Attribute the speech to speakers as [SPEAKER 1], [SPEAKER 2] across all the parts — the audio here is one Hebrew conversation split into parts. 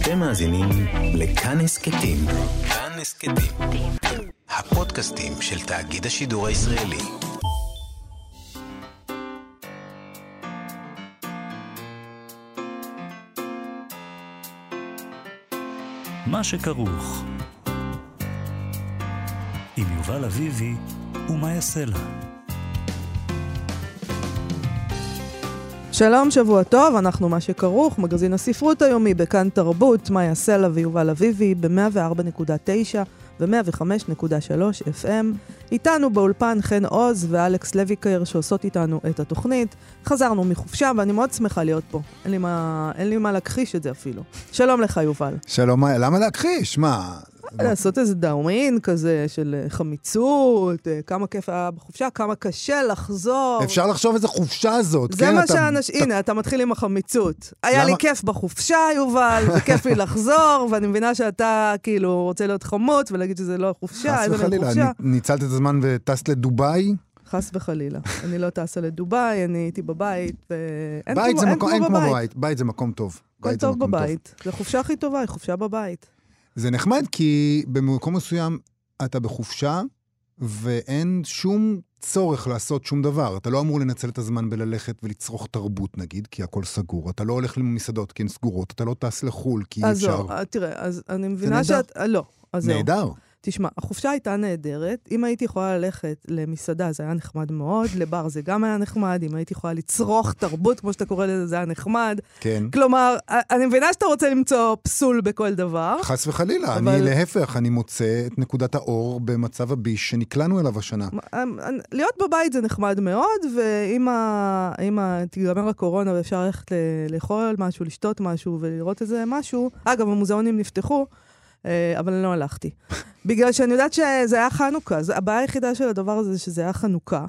[SPEAKER 1] אתם מאזינים לכאן הסקטים. כאן הסקטים. הפודקאסטים של תאגיד השידור הישראלי.
[SPEAKER 2] מה שכרוך. עם יובל אביבי ומה יעשה לה.
[SPEAKER 3] שלום, שבוע טוב, אנחנו מה שכרוך, מגזין הספרות היומי בכאן תרבות, מה יעשה לה ויובל אביבי ב-104.9 ו-105.3 FM. איתנו באולפן חן עוז ואלכס לויקר שעושות איתנו את התוכנית. חזרנו מחופשה ואני מאוד שמחה להיות פה. אין לי מה להכחיש את זה אפילו. שלום לך יובל.
[SPEAKER 4] שלום, למה להכחיש? מה?
[SPEAKER 3] לעשות איזה דאומין כזה של חמיצות, כמה כיף היה בחופשה, כמה קשה לחזור.
[SPEAKER 4] אפשר לחשוב איזה חופשה זאת.
[SPEAKER 3] זה מה שאנשים, הנה, אתה מתחיל עם החמיצות. היה לי כיף בחופשה, יובל, וכיף לי לחזור, ואני מבינה שאתה כאילו רוצה להיות חמות, ולהגיד שזה לא חופשה,
[SPEAKER 4] חס וחלילה, ניצלת את הזמן וטסת לדובאי?
[SPEAKER 3] חס וחלילה. אני לא טסה לדובאי, אני הייתי בבית,
[SPEAKER 4] בית זה מקום, אין כמו בבית. בית זה מקום טוב.
[SPEAKER 3] כל טוב בבית. זה חופשה הכי טובה, היא חופשה בבית.
[SPEAKER 4] זה נחמד כי במקום מסוים אתה בחופשה ואין שום צורך לעשות שום דבר. אתה לא אמור לנצל את הזמן בללכת ולצרוך תרבות נגיד, כי הכל סגור. אתה לא הולך למסעדות כי הן סגורות. אתה לא טס לחול כי אי אפשר.
[SPEAKER 3] אז תראה, אז אני מבינה שאת... לא.
[SPEAKER 4] נהדר.
[SPEAKER 3] תשמע, החופשה הייתה נהדרת. אם הייתי יכולה ללכת למסעדה, זה היה נחמד מאוד. לבר זה גם היה נחמד. אם הייתי יכולה לצרוך תרבות, כמו שאתה קורא לזה, זה היה נחמד.
[SPEAKER 4] כן.
[SPEAKER 3] כלומר, אני מבינה שאתה רוצה למצוא פסול בכל דבר.
[SPEAKER 4] חס וחלילה. אני להפך, אני מוצא את נקודת האור במצב הביש שנקלענו אליו השנה.
[SPEAKER 3] להיות בבית זה נחמד מאוד, ואם תיגמר הקורונה ואפשר ללכת לאכול משהו, לשתות משהו ולראות איזה משהו. אגב, המוזיאונים נפתחו. אבל אני לא הלכתי. בגלל שאני יודעת שזה היה חנוכה. הבעיה היחידה של הדבר הזה שזה היה חנוכה.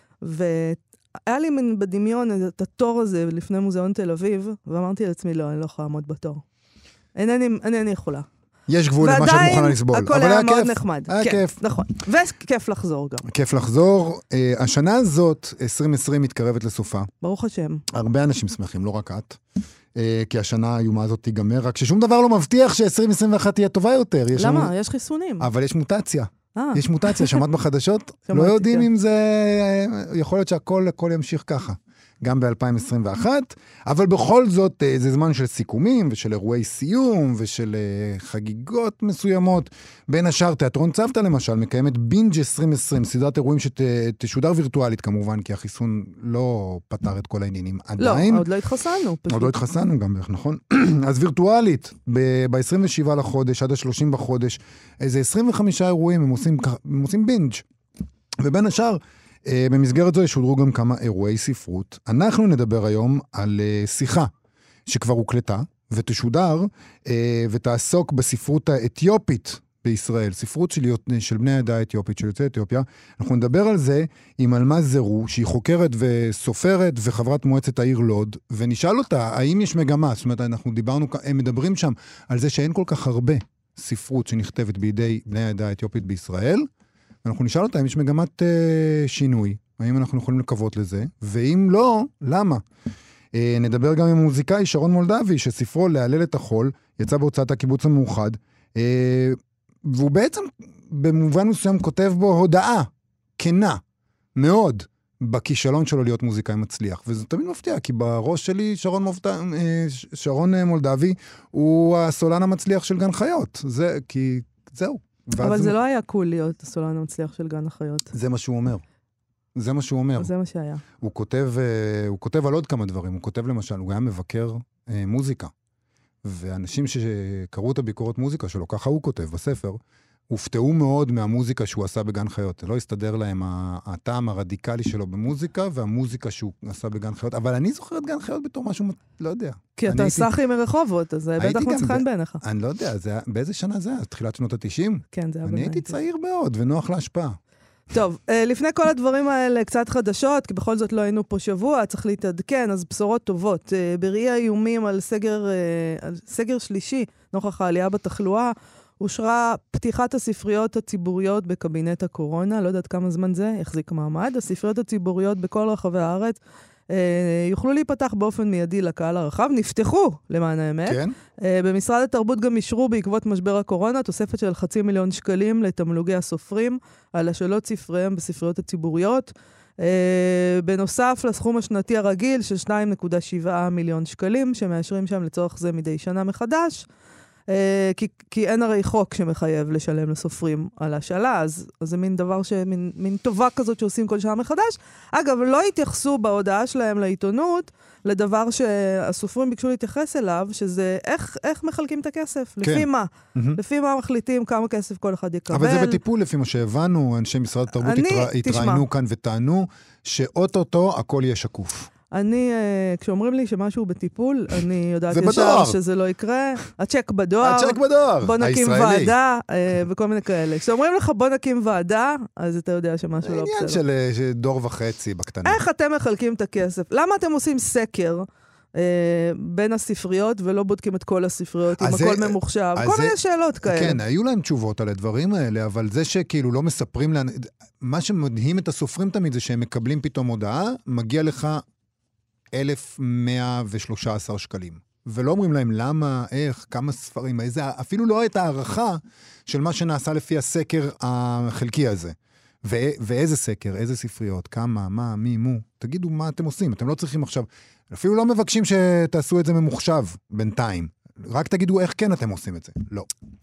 [SPEAKER 3] והיה לי בדמיון את התור הזה לפני מוזיאון תל אביב, ואמרתי לעצמי, לא, אני לא יכולה לעמוד בתור. אינני יכולה.
[SPEAKER 4] יש גבול למה שאת מוכנה לסבול.
[SPEAKER 3] הכל היה מאוד נחמד.
[SPEAKER 4] היה כיף.
[SPEAKER 3] נכון. וכיף לחזור גם.
[SPEAKER 4] כיף לחזור. השנה הזאת, 2020, מתקרבת לסופה.
[SPEAKER 3] ברוך השם.
[SPEAKER 4] הרבה אנשים שמחים, לא רק את. כי השנה האיומה הזאת תיגמר, רק ששום דבר לא מבטיח ש-2021 תהיה טובה יותר.
[SPEAKER 3] למה? יש חיסונים.
[SPEAKER 4] אבל יש מוטציה. יש מוטציה, שמעת בחדשות? לא יודעים אם זה... יכול להיות שהכל ימשיך ככה. גם ב-2021, אבל בכל זאת זה זמן של סיכומים ושל אירועי סיום ושל חגיגות מסוימות. בין השאר תיאטרון צוותא למשל מקיימת בינג' 2020, סדרת אירועים שתשודר וירטואלית כמובן, כי החיסון לא פתר את כל העניינים עדיין.
[SPEAKER 3] לא, עוד לא התחסנו.
[SPEAKER 4] עוד לא התחסנו גם, נכון? אז וירטואלית, ב-27 לחודש עד ה-30 בחודש, איזה 25 אירועים הם עושים בינג'. ובין השאר, במסגרת זו ישודרו גם כמה אירועי ספרות. אנחנו נדבר היום על שיחה שכבר הוקלטה ותשודר ותעסוק בספרות האתיופית בישראל, ספרות של בני העדה האתיופית, של יוצאי אתיופיה. אנחנו נדבר על זה עם אלמז זרו, שהיא חוקרת וסופרת וחברת מועצת העיר לוד, ונשאל אותה, האם יש מגמה? זאת אומרת, הם מדברים שם על זה שאין כל כך הרבה ספרות שנכתבת בידי בני העדה האתיופית בישראל, אנחנו נשאל אותה אם יש מגמת שינוי, האם אנחנו יכולים לקוות לזה, ואם לא, למה? נדבר גם עם המוזיקאי שרון מולדבי, שספרו להלל את החול, יצא בהוצאת הקיבוץ המאוחד, והוא בעצם במובן מסוים כותב בו הודעה, כנה, מאוד, בכישלון שלו להיות מוזיקאי מצליח. וזה תמיד מפתיע, כי בראש שלי שרון מולדבי הוא הסולן המצליח של גן חיות. זהו.
[SPEAKER 3] אבל זה לא היה קול להיות הסולן המצליח של גן החיות.
[SPEAKER 4] זה מה שהוא אומר. זה מה שהוא אומר.
[SPEAKER 3] זה מה שהיה.
[SPEAKER 4] הוא כותב על עוד כמה דברים. הוא כותב למשל, הוא היה מבקר מוזיקה. ואנשים שקראו את הביקורות מוזיקה שלו, ככה הוא כותב בספר, הופתעו מאוד מהמוזיקה שהוא עשה בגן חיות. זה לא הסתדר להם הטעם הרדיקלי שלו במוזיקה, והמוזיקה שהוא עשה בגן חיות. אבל אני זוכר את גן חיות בתור משהו, לא יודע.
[SPEAKER 3] כי אתה סחי מרחובות, אז זה בטח מצחן בעיניך.
[SPEAKER 4] אני לא יודע, באיזה שנה זה היה? תחילת שנות ה-90?
[SPEAKER 3] כן, זה היה
[SPEAKER 4] אני הייתי צעיר מאוד ונוח להשפעה.
[SPEAKER 3] טוב, לפני כל הדברים האלה קצת חדשות, כי בכל זאת לא היינו פה שבוע, צריך להתעדכן, אז בשורות טובות. בראי האיומים על סגר שלישי, נוכח העלייה בתחלואה, אושרה פתיחת הספריות הציבוריות בקבינט הקורונה, לא יודעת כמה זמן זה, החזיק מעמד. הספריות הציבוריות בכל רחבי הארץ יוכלו להיפתח באופן מיידי לקהל הרחב, נפתחו למען האמת.
[SPEAKER 4] כן.
[SPEAKER 3] במשרד התרבות גם אישרו בעקבות משבר הקורונה, תוספת של 500,000 שקלים לתמלוגי הסופרים, על השאלות ספריהם בספריות הציבוריות. בנוסף לסכום השנתי הרגיל של 2.7 מיליון שקלים, שמאשרים שם לצורך זה מדי שנה מחדש, כי אין הרי חוק שמחייב לשלם לסופרים על השאלה, אז זה מין דבר מין טובה כזאת שעושים כל שעה מחדש. אגב, לא התייחסו בהודעה שלהם לעיתונות, לדבר שהסופרים ביקשו להתייחס אליו, שזה איך מחלקים את הכסף, לפי מה? לפי מה מחליטים כמה כסף כל אחד יקבל.
[SPEAKER 4] אבל זה בטיפול לפי מה שהבנו, אנשי משרד התרבות התראיינו כאן וטענו, שאוטוטו הכל יהיה שקוף.
[SPEAKER 3] כשאומרים לי שמשהו בטיפול, אני יודעת ישר שזה לא יקרה. הצ'ק בדואר.
[SPEAKER 4] הצ'ק בדואר,
[SPEAKER 3] בוא נקים ועדה, וכל מיני כאלה. כשאומרים לך בוא נקים ועדה, אז אתה יודע שמשהו לא בסדר.
[SPEAKER 4] עניין של דור וחצי בקטנה.
[SPEAKER 3] איך אתם מחלקים את הכסף? למה אתם עושים סקר בין הספריות, ולא בודקים את כל הספריות, אם הכל ממוחשב? כל מיני שאלות כאלה.
[SPEAKER 4] כן, היו להם תשובות על הדברים האלה, אבל זה שכאילו לא מספרים להם, מה שמדהים את הסופרים תמיד זה שהם מקבלים פתאום הודעה, מגיע לך 1,113 שקלים. ולא אומרים להם למה, איך, כמה ספרים, אפילו לא את הערכה של מה שנעשה לפי הסקר החלקי הזה. ואיזה סקר, איזה ספריות, כמה, מה, מי, מו. תגידו מה אתם עושים. אתם לא צריכים עכשיו, אפילו לא מבקשים שתעשו את זה ממוחשב בינתיים. רק תגידו איך כן אתם עושים את זה. לא.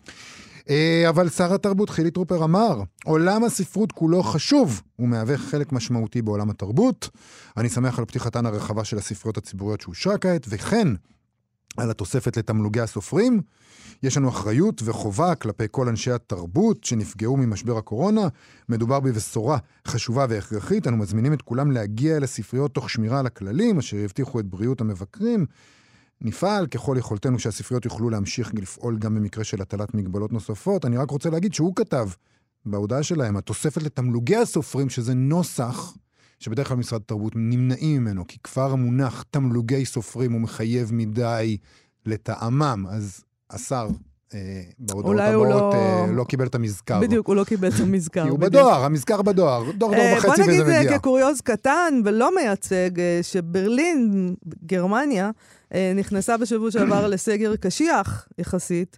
[SPEAKER 4] אבל שר התרבות חילי טרופר אמר, עולם הספרות כולו חשוב, הוא מהווה חלק משמעותי בעולם התרבות. אני שמח על פתיחתן הרחבה של הספריות הציבוריות שאושרה כעת, וכן על התוספת לתמלוגי הסופרים. יש לנו אחריות וחובה כלפי כל אנשי התרבות שנפגעו ממשבר הקורונה. מדובר בבשורה חשובה והכרחית. אנו מזמינים את כולם להגיע אל הספריות תוך שמירה על הכללים, אשר יבטיחו את בריאות המבקרים. נפעל ככל יכולתנו שהספריות יוכלו להמשיך לפעול גם במקרה של הטלת מגבלות נוספות. אני רק רוצה להגיד שהוא כתב בהודעה שלהם, התוספת לתמלוגי הסופרים, שזה נוסח שבדרך כלל משרד התרבות נמנעים ממנו, כי כבר המונח תמלוגי סופרים הוא מחייב מדי לטעמם, אז השר בהודעות הבאות לא קיבל את המזכר.
[SPEAKER 3] בדיוק, הוא לא קיבל את המזכר.
[SPEAKER 4] כי הוא בדואר, המזכר בדואר, דור וחצי וזה מגיע.
[SPEAKER 3] בוא נגיד כקוריוז קטן ולא מייצג, שברלין, גרמניה, נכנסה בשבוע שעבר לסגר קשיח יחסית,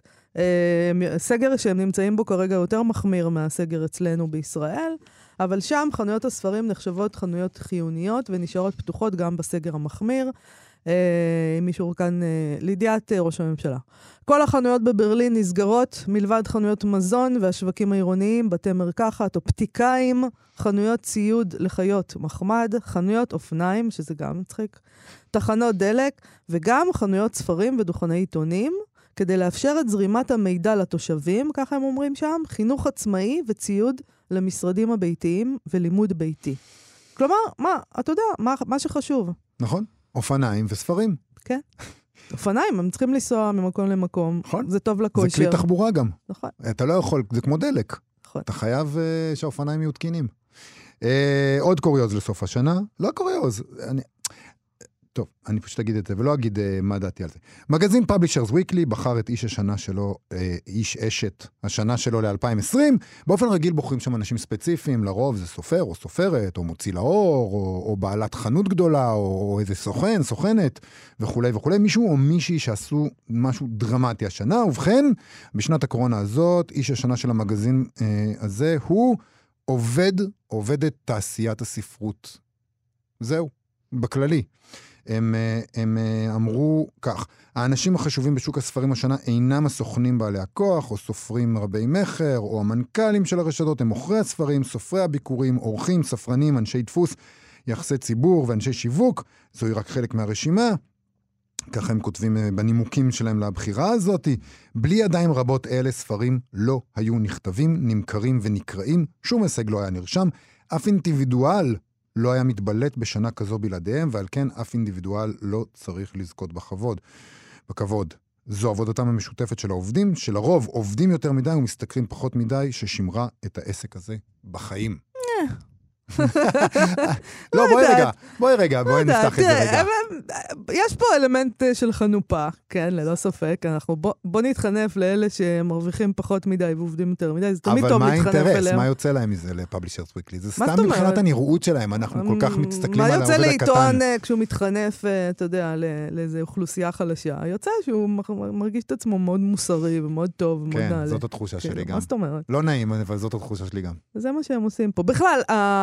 [SPEAKER 3] סגר שהם נמצאים בו כרגע יותר מחמיר מהסגר אצלנו בישראל, אבל שם חנויות הספרים נחשבות חנויות חיוניות ונשארות פתוחות גם בסגר המחמיר. מישהו כאן לידיעת ראש הממשלה. כל החנויות בברלין נסגרות, מלבד חנויות מזון והשווקים העירוניים, בתי מרקחת או פתיקאים, חנויות ציוד לחיות מחמד, חנויות אופניים, שזה גם מצחיק, תחנות דלק, וגם חנויות ספרים ודוכני עיתונים, כדי לאפשר את זרימת המידע לתושבים, ככה הם אומרים שם, חינוך עצמאי וציוד למשרדים הביתיים ולימוד ביתי. כלומר, אתה יודע, מה שחשוב.
[SPEAKER 4] נכון. אופניים וספרים.
[SPEAKER 3] כן. אופניים, הם צריכים לנסוע ממקום למקום. נכון. זה טוב לכושר.
[SPEAKER 4] זה כלי תחבורה גם.
[SPEAKER 3] נכון.
[SPEAKER 4] אתה לא יכול, זה כמו דלק.
[SPEAKER 3] נכון.
[SPEAKER 4] אתה חייב שהאופניים יהיו תקינים. עוד קוריוז לסוף השנה. לא קוריוז. טוב, אני פשוט אגיד את זה, ולא אגיד מה דעתי על זה. מגזין Publishers Weekly בחר את איש השנה שלו, איש אשת השנה שלו ל-2020. באופן רגיל בוחרים שם אנשים ספציפיים, לרוב זה סופר או סופרת, או מוציא לאור, או בעלת חנות גדולה, או איזה סוכן, סוכנת, וכו' וכו'. מישהו או מישהי שעשו משהו דרמטי השנה, ובכן, בשנת הקורונה הזאת, איש השנה של המגזין הזה, הוא עובדת תעשיית הספרות. זהו, בכללי. הם אמרו כך, האנשים החשובים בשוק הספרים השנה אינם הסוכנים בעלי הכוח, או סופרים רבי מחר, או המנכ"לים של הרשתות, הם מוכרי הספרים, סופרי הביקורים, עורכים, ספרנים, אנשי דפוס, יחסי ציבור ואנשי שיווק, זוהי רק חלק מהרשימה, ככה הם כותבים בנימוקים שלהם לבחירה הזאת, בלי ידיים רבות אלה ספרים לא היו נכתבים, נמכרים ונקראים, שום הישג לא היה נרשם, אף אינדיבידואל לא היה מתבלט בשנה כזו בלעדיהם, ועל כן אף אינדיבידואל לא צריך לזכות בכבוד. זו עבודתם המשותפת של העובדים, שלרוב עובדים יותר מדי ומשתכרים פחות מדי, ששימרה את העסק הזה בחיים. לא, בואי נפתח את זה רגע.
[SPEAKER 3] יש פה אלמנט של חנופה, כן, ללא ספק. בוא נתחנף לאלה שמרוויחים פחות מדי ועובדים יותר מדי, זה תמיד טוב להתחנף אליהם.
[SPEAKER 4] אבל מה האינטרס? מה יוצא להם מזה לפאבלישרס וויקלי? זה סתם מבחינת הנראות שלהם, אנחנו כל כך מסתכלים על העובד הקטן.
[SPEAKER 3] מה יוצא לעיתון כשהוא מתחנף, אתה יודע, לאיזו אוכלוסייה חלשה? יוצא שהוא מרגיש את עצמו מאוד מוסרי ומאוד טוב ומאוד נעלה.
[SPEAKER 4] כן, זאת התחושה שלי גם.
[SPEAKER 3] מה זאת אומרת?
[SPEAKER 4] לא נעים, אבל זאת התחושה שלי גם.
[SPEAKER 3] זה מה שהם עושים פה. בכלל,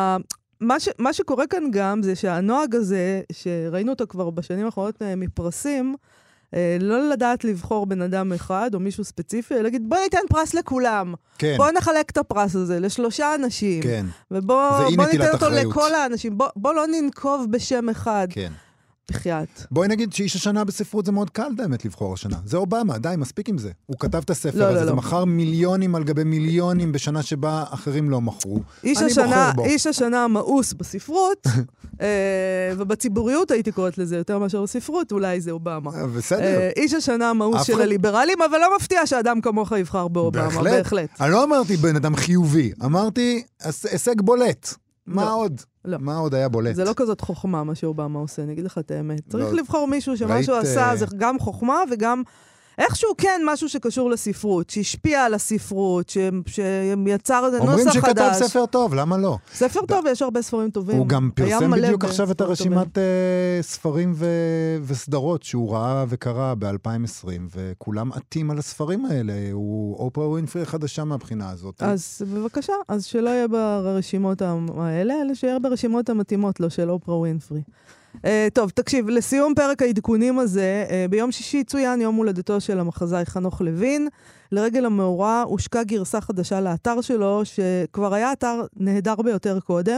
[SPEAKER 3] מה שקורה כאן גם זה שהנוהג הזה, שראינו אותו כבר בשנים האחרונות מפרסים, לא לדעת לבחור בן אדם אחד או מישהו ספציפי, להגיד בוא ניתן פרס לכולם.
[SPEAKER 4] כן.
[SPEAKER 3] בוא נחלק את הפרס הזה ל3 אנשים.
[SPEAKER 4] כן.
[SPEAKER 3] ובוא ניתן אותו לכל האנשים. בוא לא ננקוב בשם אחד.
[SPEAKER 4] כן.
[SPEAKER 3] בחייאת.
[SPEAKER 4] בואי נגיד שאיש השנה בספרות זה מאוד קל באמת לבחור השנה. זה אובמה, די, מספיק עם זה. הוא כתב את הספר הזה, זה מכר מיליונים על גבי מיליונים בשנה שבה אחרים לא מכרו.
[SPEAKER 3] איש השנה המאוס בספרות, ובציבוריות הייתי קוראת לזה יותר מאשר בספרות, אולי זה אובמה.
[SPEAKER 4] בסדר.
[SPEAKER 3] איש השנה המאוס של הליברלים, אבל לא מפתיע שאדם כמוך יבחר באובמה, בהחלט.
[SPEAKER 4] אני לא אמרתי בן אדם חיובי, אמרתי הישג בולט. מה עוד?
[SPEAKER 3] לא.
[SPEAKER 4] מה עוד היה בולט?
[SPEAKER 3] זה לא כזאת חוכמה מה שאובמה עושה, אני אגיד לך את האמת. צריך לבחור מישהו שמה שהוא עשה זה גם חוכמה וגם איכשהו כן משהו שקשור לספרות, שהשפיע על הספרות, שיצר איזה נוסח חדש.
[SPEAKER 4] אומרים שכתב ספר טוב, למה לא?
[SPEAKER 3] ספר טוב, יש הרבה ספרים טובים.
[SPEAKER 4] הוא גם פרסם בדיוק עכשיו את הרשימת ספרים וסדרות שהוא ראה וקרא ב-2020, וכולם עטים על הספרים האלה. הוא אופרה ווינפרי חדשה מהבחינה הזאת.
[SPEAKER 3] אז בבקשה, אז שלא יהיה ברשימות האלה, אלא שיהיה ברשימות המתאימות לו של אופרה ווינפרי. טוב, תקשיב, לסיום פרק העדכונים הזה, ביום שישי צוין יום הולדתו של המחזאי חנוך לוין. לרגל המאורע הושקה גרסה חדשה לאתר שלו, שכבר היה אתר נהדר ביותר קודם.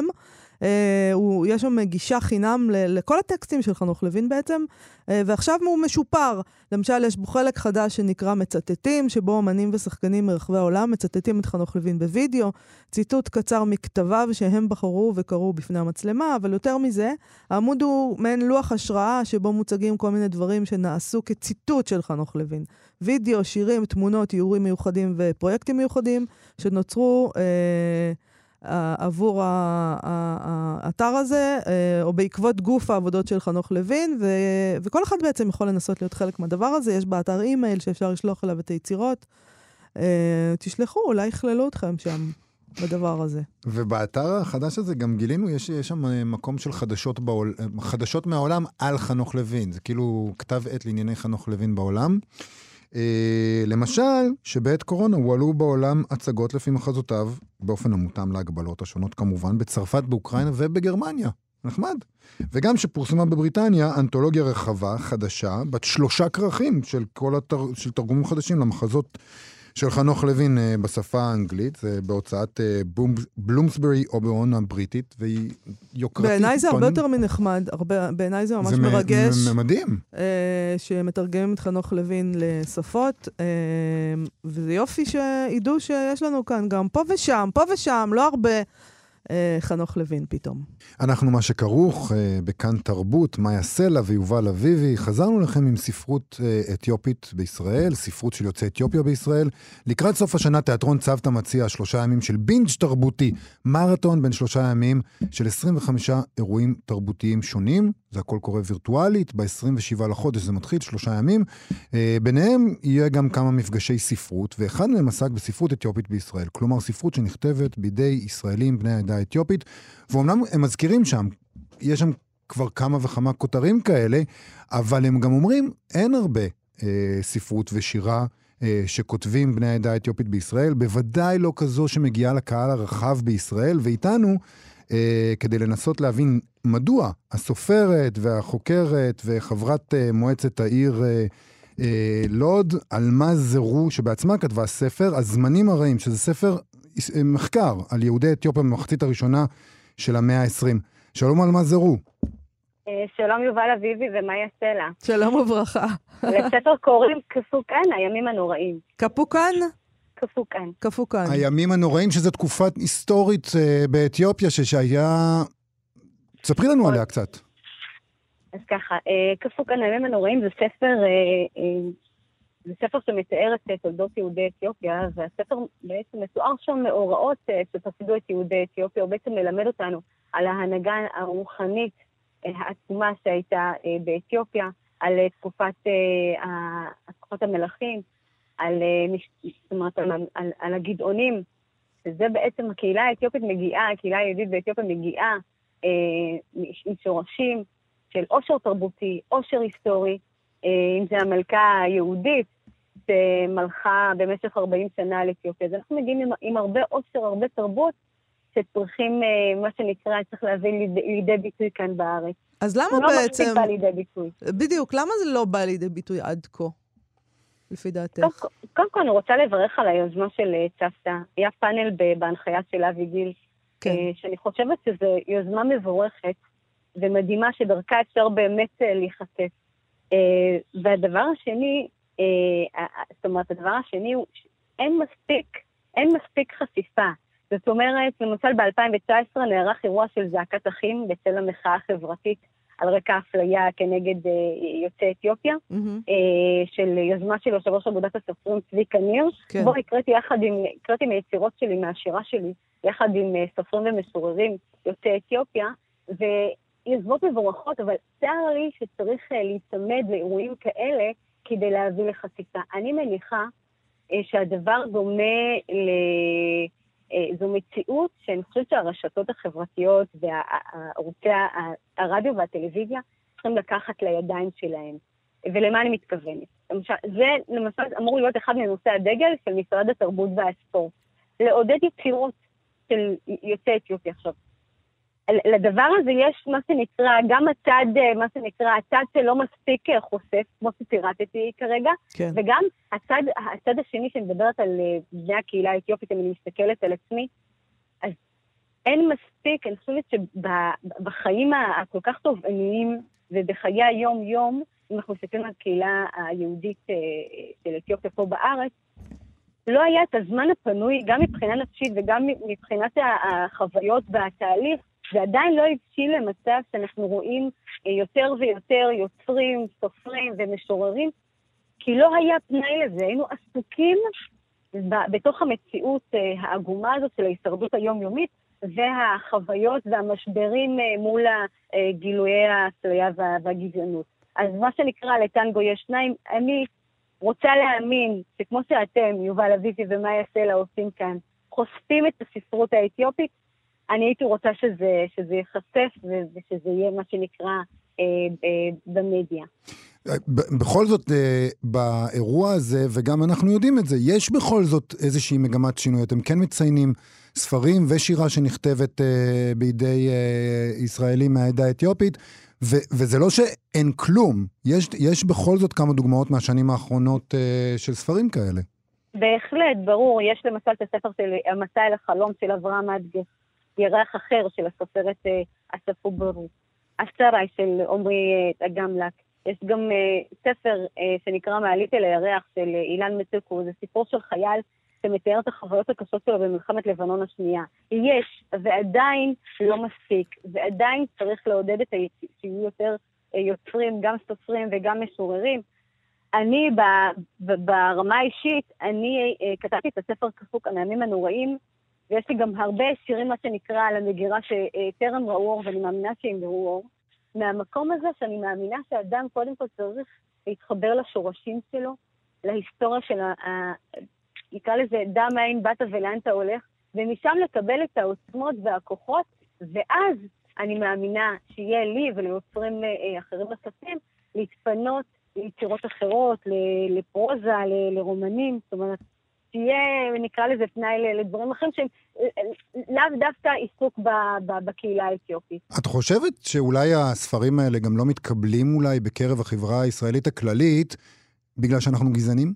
[SPEAKER 3] יש שם גישה חינם לכל הטקסטים של חנוך לוין בעצם, ועכשיו הוא משופר. למשל, יש בו חלק חדש שנקרא מצטטים, שבו אמנים ושחקנים מרחבי העולם מצטטים את חנוך לוין בווידאו, ציטוט קצר מכתביו שהם בחרו וקראו בפני המצלמה, אבל יותר מזה, העמוד הוא מעין לוח השראה שבו מוצגים כל מיני דברים שנעשו כציטוט של חנוך לוין. וידאו, שירים, תמונות, איורים מיוחדים ופרויקטים מיוחדים שנוצרו עבור האתר הזה, או בעקבות גוף העבודות של חנוך לוין, וכל אחד בעצם יכול לנסות להיות חלק מהדבר הזה. יש באתר אימייל שאפשר לשלוח אליו את היצירות. תשלחו, אולי יכללו אתכם שם בדבר הזה.
[SPEAKER 4] ובאתר החדש הזה גם גילינו, יש שם מקום של חדשות מהעולם על חנוך לוין. זה כאילו כתב עת לענייני חנוך לוין בעולם. למשל, שבעת קורונה הועלו בעולם הצגות לפי מחזותיו, באופן המותאם להגבלות השונות כמובן, בצרפת, באוקראינה ובגרמניה. נחמד. וגם שפורסמה בבריטניה אנתולוגיה רחבה, חדשה, בת 3 כרכים של של תרגומים חדשים למחזות של חנוך לוין בשפה האנגלית, זה בהוצאת בלומסברי או בעונה הבריטית, והיא יוקרתית.
[SPEAKER 3] בעיניי זה הרבה יותר מנחמד, בעיניי זה ממש מרגש.
[SPEAKER 4] זה מדהים.
[SPEAKER 3] שמתרגמים את חנוך לוין לשפות, וזה יופי שידעו שיש לנו כאן גם פה ושם, לא הרבה חנוך לוין פתאום.
[SPEAKER 4] אנחנו מה שכרוך בכאן תרבות, מאיה סלע ויובל אביבי. חזרנו לכם עם ספרות אתיופית בישראל, ספרות של יוצאי אתיופיה בישראל. לקראת סוף השנה תיאטרון צוותא מציע 3 ימים של בינג' תרבותי, מרתון בין 3 ימים של 25 אירועים תרבותיים שונים. זה הכל קורה וירטואלית, ב-27 לחודש זה מתחיל 3 ימים. ביניהם יהיה גם כמה מפגשי ספרות, ואחד מהם עסק בספרות אתיופית בישראל. כלומר, ספרות שנכתבת בידי ישראלים בני העדה האתיופית, ואומנם הם מזכירים שם, יש שם כבר כמה וכמה כותרים כאלה, אבל הם גם אומרים, אין הרבה ספרות ושירה שכותבים בני העדה האתיופית בישראל, בוודאי לא כזו שמגיעה לקהל הרחב בישראל, ואיתנו, כדי לנסות להבין מדוע הסופרת והחוקרת וחברת מועצת העיר לוד, אלמז זרו, שבעצמה כתבה ספר, הזמנים הרעים, שזה ספר מחקר על יהודי אתיופיה במחצית הראשונה של המאה ה-20. שלום אלמז זרו.
[SPEAKER 5] שלום יובל אביבי ומאיה סלע.
[SPEAKER 3] שלום וברכה.
[SPEAKER 5] לספר קוראים קפוקן, הימים הנוראים.
[SPEAKER 3] קפוקן?
[SPEAKER 5] קפוקן.
[SPEAKER 3] קפוקן.
[SPEAKER 4] הימים הנוראים, שזו תקופת היסטורית באתיופיה, שהיה... תספרי לנו עליה קצת.
[SPEAKER 5] אז ככה, קפוקן, הימים הנוראים זה ספר שמתאר את תולדות יהודי אתיופיה, והספר בעצם מתואר שם מאורעות שפקדו את יהודי אתיופיה, הוא בעצם מלמד אותנו על ההנהגה הרוחנית העצומה שהייתה באתיופיה, על תקופת המלכים, זאת אומרת, על הגדעונים, שזה בעצם הקהילה האתיופית מגיעה, הקהילה היהודית באתיופיה מגיעה עם שורשים של עושר תרבותי, עושר היסטורי, אם זה המלכה היהודית, שמלכה במשך 40 שנה על אתיופיה. אז אנחנו מגיעים עם הרבה עושר, הרבה תרבות, שצריכים, מה שנקרא, צריך להביא לידי ביטוי כאן בארץ.
[SPEAKER 3] אז למה
[SPEAKER 5] לא
[SPEAKER 3] בעצם...
[SPEAKER 5] לא בא לידי ביטוי.
[SPEAKER 3] בדיוק, למה זה לא בא לידי ביטוי עד כה, לפי דעתך?
[SPEAKER 5] קודם כל, אני רוצה לברך על היוזמה של צוותא. היה פאנל בהנחיה של אבי גיל,
[SPEAKER 3] כן.
[SPEAKER 5] שאני חושבת שזו יוזמה מבורכת, ומדהימה שדרכה אפשר באמת להיחשף. והדבר השני, זאת אומרת, הדבר השני הוא אין מספיק חשיפה. זאת אומרת, למשל ב-2019 נערך אירוע של זעקת אחים בצל המחאה החברתית על רקע אפליה כנגד יוצאי אתיופיה, של יוזמה של יושב ראש אגודת הסופרים צביקה ניר,
[SPEAKER 3] כן.
[SPEAKER 5] בו הקראתי מיצירות שלי, מהשירה שלי, יחד עם סופרים ומשוררים יוצאי אתיופיה, ויוזמות מבורכות, אבל צער לי שצריך להצמד לאירועים כאלה כדי להביא לחשיפה. אני מניחה שהדבר דומה זו מציאות שאני חושבת שהרשתות החברתיות וערוצי הרדיו והטלוויזיה צריכים לקחת לידיים שלהם. ולמה אני מתכוונת? זה למשל אמור להיות אחד מנושאי הדגל של משרד התרבות והספורט. לעודד יצירות של יוצאי אתיופיה עכשיו. לדבר הזה יש מה שנקרא, גם הצד שלא מספיק חושף, כמו שפירטתי כרגע,
[SPEAKER 3] כן.
[SPEAKER 5] וגם הצד השני שמדברת על בני הקהילה האתיופית, אם אני מסתכלת על עצמי, אז אין מספיק, אני חושבת שבחיים הכל כך תובעניים, ובחיי היום-יום, אם אנחנו מסתכלים על הקהילה היהודית של אתיופיה פה בארץ, לא היה את הזמן הפנוי, גם מבחינה נפשית וגם מבחינת החוויות והתהליך, ועדיין לא הבשיל למצב שאנחנו רואים יותר ויותר יוצרים, סופרים ומשוררים, כי לא היה פנאי לזה, היינו עסוקים בתוך המציאות העגומה הזאת של ההישרדות היומיומית, והחוויות והמשברים מול גילויי האפליה והגזענות. אז מה שנקרא לטנגו יש שניים, אני רוצה להאמין שכמו שאתם, יובל אביבי ומאיה סלע עושים כאן, חושפים את הספרות האתיופית, אני הייתי רוצה שזה ייחשף ושזה יהיה מה שנקרא במדיה.
[SPEAKER 4] בכל זאת, באירוע הזה, וגם אנחנו יודעים את זה, יש בכל זאת איזושהי מגמת שינוי. אתם כן מציינים ספרים ושירה שנכתבת בידי ישראלים מהעדה האתיופית, וזה לא שאין כלום. יש בכל זאת כמה דוגמאות מהשנים האחרונות של ספרים כאלה.
[SPEAKER 5] בהחלט, ברור. יש למשל את הספר של המסע אל החלום של אברהם אדגר, ירח אחר של הסופרת אסף אוברו, הסרי של עומרי אגמלק. יש גם ספר שנקרא מעלית אל הירח של אילן מצוקו, זה סיפור של חייל שמתאר את החוויות הקשות שלו במלחמת לבנון השנייה. יש, ועדיין לא מספיק, ועדיין צריך לעודד את שיהיו יותר יוצרים, גם סופרים וגם משוררים. אני ברמה האישית, אני כתבתי את הספר כפוק הנעמים הנוראים, ויש לי גם הרבה שירים, מה שנקרא, על המגירה שטרם ראו אור, ואני מאמינה שהם ראו אור. מהמקום הזה שאני מאמינה שאדם קודם כל צריך להתחבר לשורשים שלו, להיסטוריה של נקרא לזה, דע מאין באת ולאן אתה הולך, ומשם לקבל את העוצמות והכוחות, ואז אני מאמינה שיהיה לי וליוצרים אחרים נוספים, להתפנות ליצירות אחרות, לפרוזה, לרומנים, זאת אומרת, שיהיה, נקרא לזה פנאי לדברים אחרים שהם לאו דווקא עיסוק בקהילה האתיופית.
[SPEAKER 4] את חושבת שאולי הספרים האלה גם לא מתקבלים אולי בקרב החברה הישראלית הכללית, בגלל שאנחנו גזענים?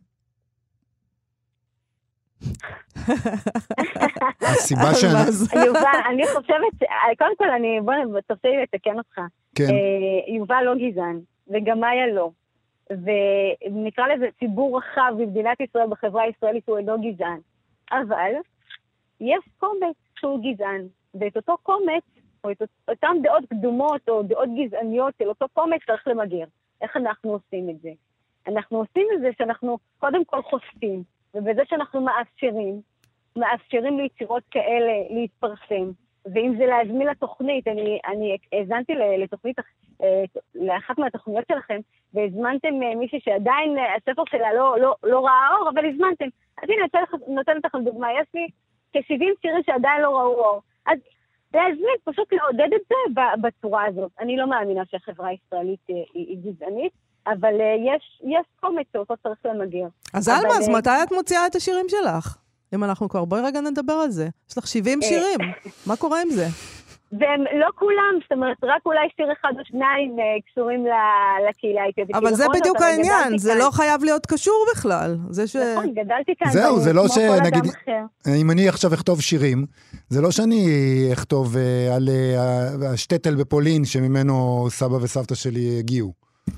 [SPEAKER 4] הסיבה שאני...
[SPEAKER 5] יובל, אני חושבת, קודם כל, בוא תרצה לי לתקן אותך.
[SPEAKER 4] כן.
[SPEAKER 5] יובל לא גזען, וגם מאיה לא. ונקרא לזה ציבור רחב במדינת ישראל, בחברה הישראלית, הוא אינו גזען. אבל יש קומץ שהוא גזען, ואת אותו קומץ, או את אותם דעות קדומות, או דעות גזעניות של אותו קומץ, צריך למגר. איך אנחנו עושים את זה? אנחנו עושים את זה שאנחנו קודם כל חושפים, ובזה שאנחנו מאפשרים ליצירות כאלה להתפרסם, ואם זה להזמין לתוכנית, אני הזנתי לתוכנית, לאחת מהתוכניות שלכם, והזמנתם מישהי שעדיין הספר שלה לא ראה אור, אבל הזמנתם. אז הנה, אני נותנת לכם דוגמה, יש לי כ-70 שירים שעדיין לא ראו אור. אז להזמין, פשוט לעודד את זה בצורה הזאת. אני לא מאמינה שהחברה הישראלית היא גזענית, אבל יש קומץ שאותו צריך למגר.
[SPEAKER 3] אז אלמה, אז מתי את מוציאה את השירים שלך? אם אנחנו כבר, בואי רגע נדבר על זה. יש לך 70 שירים, מה קורה עם זה?
[SPEAKER 5] והם לא כולם, זאת אומרת, רק אולי שיר אחד או שניים קשורים לקהילה האתיופית.
[SPEAKER 3] אבל זה בדיוק העניין, זה לא חייב להיות קשור בכלל.
[SPEAKER 5] נכון, גדלתי כאן.
[SPEAKER 4] זהו, זה לא שנגיד, אם אני עכשיו אכתוב שירים, זה לא שאני אכתוב על השטטל בפולין, שממנו סבא וסבתא שלי הגיעו.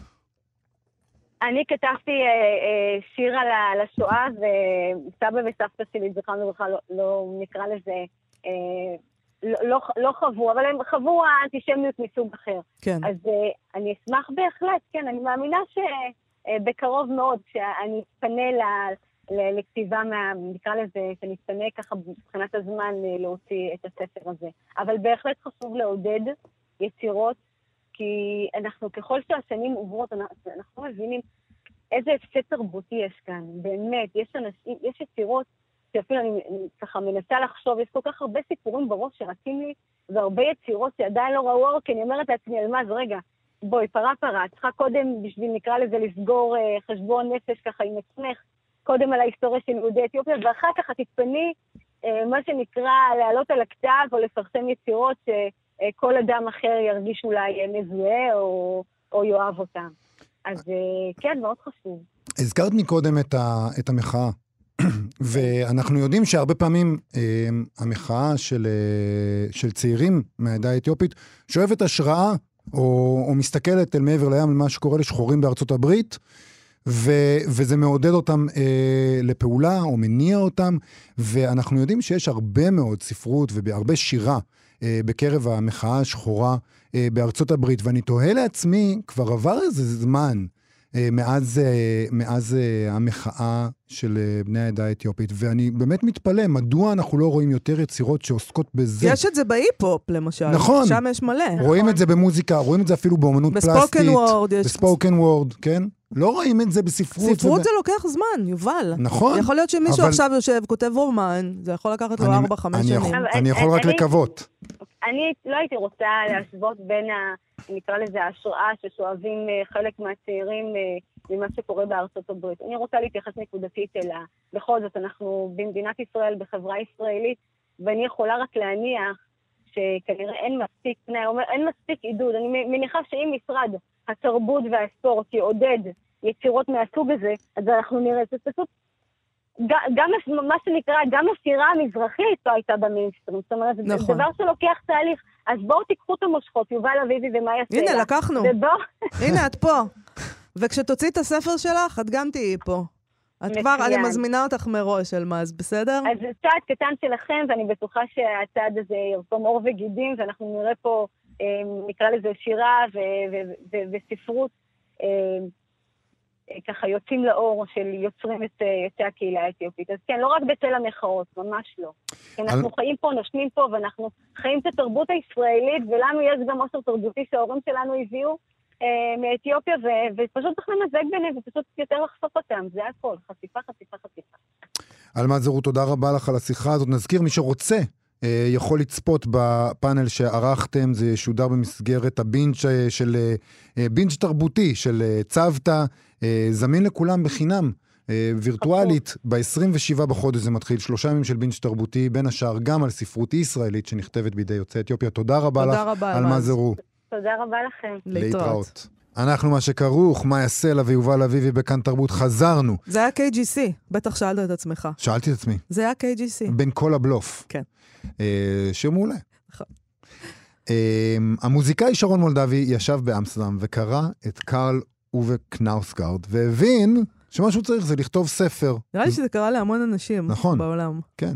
[SPEAKER 5] אני כתבתי שיר על השואה, וסבא וסבתא שלי, זכרנו לברכה, לא נקרא לזה, לא חוו, אבל הם חוו האנטישמיות מסוג אחר.
[SPEAKER 3] כן.
[SPEAKER 5] אז אני אשמח בהחלט, כן, אני מאמינה שבקרוב מאוד, שאני אתפנה לכתיבה, נקרא לזה, שאני אתפנה ככה מבחינת הזמן להוציא את הספר הזה. אבל בהחלט חשוב לעודד יצירות, כי אנחנו, ככל שהשנים עוברות, אנחנו מבינים איזה הפסד תרבותי יש כאן. באמת, יש יצירות שאפילו אני ככה מנסה לחשוב, יש כל כך הרבה סיפורים בראש שרצים לי, והרבה יצירות שעדיין לא ראו אור, כי אני אומרת לעצמי, אלמז, רגע, בואי, פרה, צריכה קודם, בשביל נקרא לזה, לסגור חשבון נפש ככה עם עצמך, קודם על ההיסטוריה של יהודי אתיופיה, ואחר כך תתפני, מה שנקרא, לעלות על הכתב או לפרסם יצירות שכל אדם אחר ירגיש אולי מזוהה או יאהב אותם. אז כן, מאוד חשוב.
[SPEAKER 4] הזכרת מקודם את המחאה. ואנחנו יודעים שהרבה פעמים המחאה של צעירים מהעדה האתיופית שואבת השראה או מסתכלת אל מעבר לים על מה שקורה לשחורים בארצות הברית, וזה מעודד אותם לפעולה או מניע אותם, ואנחנו יודעים שיש הרבה מאוד ספרות והרבה שירה בקרב המחאה השחורה בארצות הברית, ואני תוהה לעצמי, כבר עבר איזה זמן מאז המחאה של בני העדה האתיופית, ואני באמת מתפלא, מדוע אנחנו לא רואים יותר יצירות שעוסקות בזה?
[SPEAKER 3] יש את זה בהיפ-הופ, למשל.
[SPEAKER 4] נכון.
[SPEAKER 3] שם יש מלא.
[SPEAKER 4] רואים את זה במוזיקה, רואים את זה אפילו באמנות פלסטית.
[SPEAKER 3] בספוקן וורד.
[SPEAKER 4] בספוקן וורד, כן? לא רואים את זה בספרות.
[SPEAKER 3] ספרות זה לוקח זמן, יובל.
[SPEAKER 4] נכון.
[SPEAKER 3] יכול להיות שמישהו עכשיו יושב, כותב רומן, זה יכול לקחת לו 4-5 שנים.
[SPEAKER 4] אני יכול רק לקוות.
[SPEAKER 5] אני לא הייתי רוצה להשוות בין, נקרא לזה, ההשראה ששואבים חלק מהצעירים ממה שקורה בארצות הברית. אני רוצה להתייחס נקודתית אליה. בכל זאת, אנחנו במדינת ישראל, בחברה ישראלית, ואני יכולה רק להניח שכנראה אין מספיק עידוד. אני מניחה שאם משרד התרבות והספורט יעודד יצירות מהסוג הזה, אז אנחנו נראה את זה פשוט. גם מה שנקרא, גם השירה המזרחית לא הייתה במיינסטרים. זאת אומרת, נכון. זה דבר שלוקח תהליך. אז בואו תיקחו את המושכות, יובל אביבי ומה יעשה.
[SPEAKER 3] הנה, לקחנו. הנה, את פה. וכשתוציא את הספר שלך, את גם תהיי פה. את כבר, אני מזמינה אותך מראש, אלמז, בסדר?
[SPEAKER 5] אז זה צעד קטן שלכם, ואני בטוחה שהצעד הזה ירקום עור וגידים, ואנחנו נראה פה, נקרא לזה שירה וספרות, ככה יוצאים לאור של יוצרים את יוצאי הקהילה האתיופית. אז כן, לא רק בצל המחאות, ממש לא. אנחנו חיים פה, נושמים פה, ואנחנו חיים את התרבות הישראלית, ולנו יש גם עושר תרבותי שההורים שלנו הביאו מאתיופיה, ופשוט צריך למזג ביניהם, ופשוט יותר לחשוף אותם. זה הכל, חשיפה.
[SPEAKER 4] אלמז זרות, תודה רבה לך על השיחה הזאת. נזכיר, מי שרוצה יכול לצפות בפאנל שערכתם, זה שודר במסגרת הבינג' של בינג' תרבותי של צוותא, זמין לכולם בחינם, וירטואלית, ב-27 בחודש זה מתחיל, 3 ימים של בינג' תרבותי, בין השאר גם על ספרות ישראלית שנכתבת בידי יוצאי אתיופיה. תודה רבה לך, אלמז זרות.
[SPEAKER 5] תודה רבה לכם.
[SPEAKER 3] להתראות.
[SPEAKER 4] אנחנו מה שכרוך, מאיה סלע ויובל אביבי בכאן תרבות, חזרנו.
[SPEAKER 3] זה היה KGC, בטח שאלת את עצמך.
[SPEAKER 4] שאלתי את עצמי.
[SPEAKER 3] זה היה KGC.
[SPEAKER 4] בין כל הבלוף.
[SPEAKER 3] כן.
[SPEAKER 4] שיר מעולה.
[SPEAKER 3] נכון.
[SPEAKER 4] המוזיקאי שרון מולדבי ישב באמסטרדם וקרא את קרל אובה קנאוסגארד, והבין שמה שהוא צריך זה לכתוב ספר.
[SPEAKER 3] נראה לי שזה קרה להמון אנשים בעולם.
[SPEAKER 4] כן.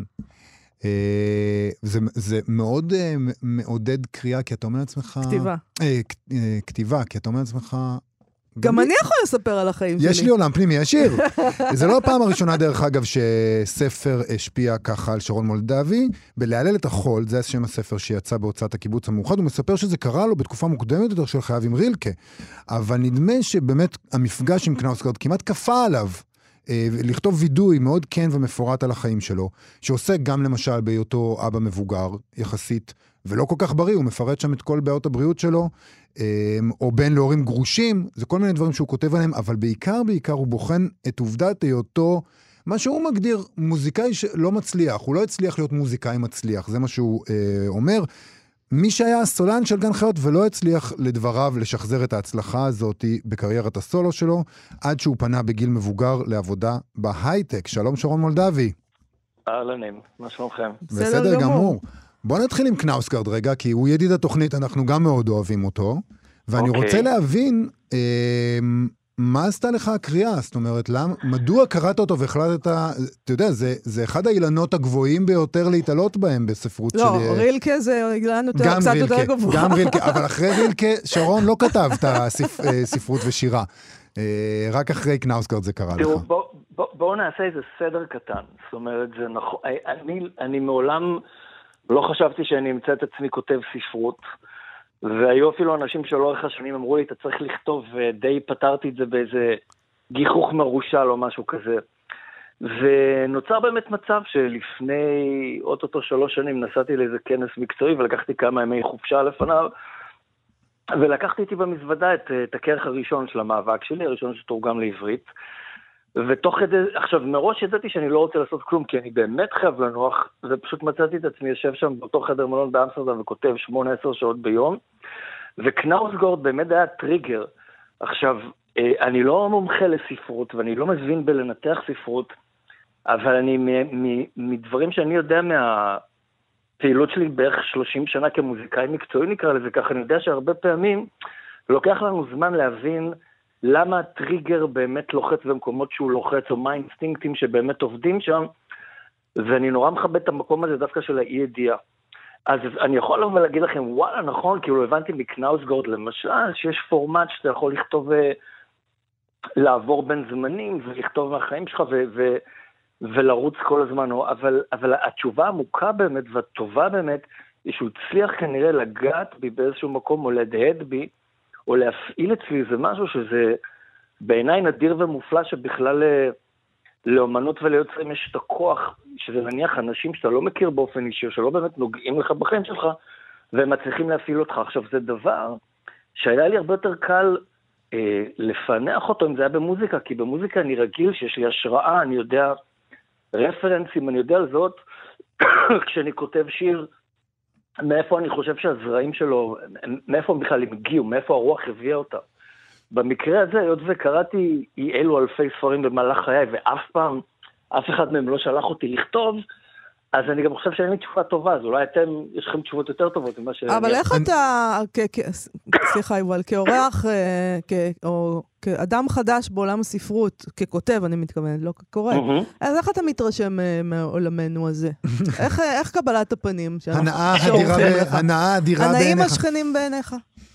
[SPEAKER 4] זה מאוד מעודד קריאה, כי אתה אומר לעצמך...
[SPEAKER 3] כתיבה.
[SPEAKER 4] כתיבה, כי אתה אומר לעצמך,
[SPEAKER 3] גם אני יכול לספר על החיים שלי.
[SPEAKER 4] יש לי עולם פנימי עשיר. זה לא הפעם הראשונה דרך אגב שספר השפיע ככה על שרון מולדבי, בלהלל את החול, זה שם הספר שיצא בהוצאת הקיבוץ המאוחד, הוא מספר שזה קרה לו בתקופה מוקדמת יותר של חייו עם רילקה, אבל נדמה שבאמת המפגש עם קנאוסגרד כמעט כפה עליו, לכתוב וידוי מאוד כן ומפורט על החיים שלו, שעוסק גם למשל בהיותו אבא מבוגר יחסית, ולא כל כך בריא, הוא מפרט שם את כל בעיות הבריאות שלו, או בן להורים גרושים, זה כל מיני דברים שהוא כותב עליהם, אבל בעיקר הוא בוחן את עובדת היותו, מה שהוא מגדיר מוזיקאי שלא מצליח, הוא לא הצליח להיות מוזיקאי מצליח, זה מה שהוא אומר. מי שהיה הסולן של גן חיות ולא הצליח לדבריו לשחזר את ההצלחה הזאת בקריירת הסולו שלו, עד שהוא פנה בגיל מבוגר לעבודה בהייטק. שלום שרון מולדבי.
[SPEAKER 6] אהלנים, מה שלומכם?
[SPEAKER 4] בסדר גמור. בוא נתחיל עם קנאוסגרד רגע, כי הוא ידיד התוכנית, אנחנו גם מאוד אוהבים אותו, ואני רוצה להבין מה עשתה לך הקריאה, זאת אומרת, מדוע קראת אותו והחלטת, אתה יודע, זה אחד האילנות הגבוהים ביותר להתעלות בהם בספרות שלי.
[SPEAKER 3] לא, רילקה זה אילן קצת יותר גבוה.
[SPEAKER 4] גם רילקה, אבל אחרי רילקה, שרון לא כתב את הספרות ושירה. רק אחרי קנאוסגרד זה קרה לך.
[SPEAKER 6] תראו, בואו נעשה איזה סדר קטן. זאת אומרת, זה נכון, אני מעולם לא חשבתי שאני אמצא את עצמי כותב ספרות, והיו אפילו אנשים שלאורך השנים אמרו לי, אתה צריך לכתוב, ודי פתרתי את זה באיזה גיחוך מרושל או משהו כזה. ונוצר באמת מצב שלפני אוטוטו 3 שנים נסעתי לאיזה כנס מקצועי, ולקחתי כמה ימי חופשה לפניו, ולקחתי איתי במזוודה את הכרך הראשון של המאבק שלי, הראשון שתורגם לעברית, ותוך כדי, עכשיו מראש ידעתי שאני לא רוצה לעשות כלום, כי אני באמת חייב לנוח, ופשוט מצאתי את עצמי יושב שם באותו חדר מלון באמסטרדם וכותב 8-10 שעות ביום, וקנאוסגרד באמת היה טריגר. עכשיו, אני לא מומחה לספרות, ואני לא מבין בלנתח ספרות, אבל אני מדברים שאני יודע מהפעילות שלי בערך 30 שנה כמוזיקאי מקצועי נקרא לזה ככה, אני יודע שהרבה פעמים לוקח לנו זמן להבין למה הטריגר באמת לוחץ במקומות שהוא לוחץ, או מה האינסטינקטים שבאמת עובדים שם, ואני נורא מכבד את המקום הזה דווקא של האי ידיעה. אז אני יכול לבוא ולהגיד לכם, וואלה, נכון, כאילו הבנתי מקנאוסגרד למשל, שיש פורמט שאתה יכול לכתוב, לעבור בין זמנים, ולכתוב מהחיים שלך, ולרוץ כל הזמן, אבל התשובה העמוקה באמת, והטובה באמת, היא שהוא הצליח כנראה לגעת בי באיזשהו מקום, או להדהד בי, או להפעיל אצלי, זה משהו שזה בעיניי נדיר ומופלא, שבכלל לאומנות וליוצרים יש את הכוח, שזה נניח אנשים שאתה לא מכיר באופן אישי, או שלא באמת נוגעים לך בחיים שלך, והם מצליחים להפעיל אותך. עכשיו, זה דבר שהיה לי הרבה יותר קל לפענח אותו, אם זה היה במוזיקה, כי במוזיקה אני רגיל שיש לי השראה, אני יודע רפרנסים, אני יודע על זאת, כשאני כותב שיר, מאיפה אני חושב שהזרעים שלו, מאיפה הם בכלל הגיעו, מאיפה הרוח הביאה אותה. במקרה הזה, היות וקראתי אי אלו אלפי ספרים במהלך חיי, ואף פעם, אף אחד מהם לא שלח אותי לכתוב, אז אני גם חושב שאין לי תשובה טובה, אז אולי אתם, יש לכם תשובות יותר טובות ממה שאני...
[SPEAKER 3] אבל איך אתה, סליחה יובל, כאורח, או כאדם חדש בעולם הספרות, ככותב, אני מתכוונת, לא כקורא, אז איך אתה מתרשם מעולמנו הזה? איך קבלת הפנים?
[SPEAKER 4] הנאה אדירה בעיניך.
[SPEAKER 3] הנאים השכנים בעיניך?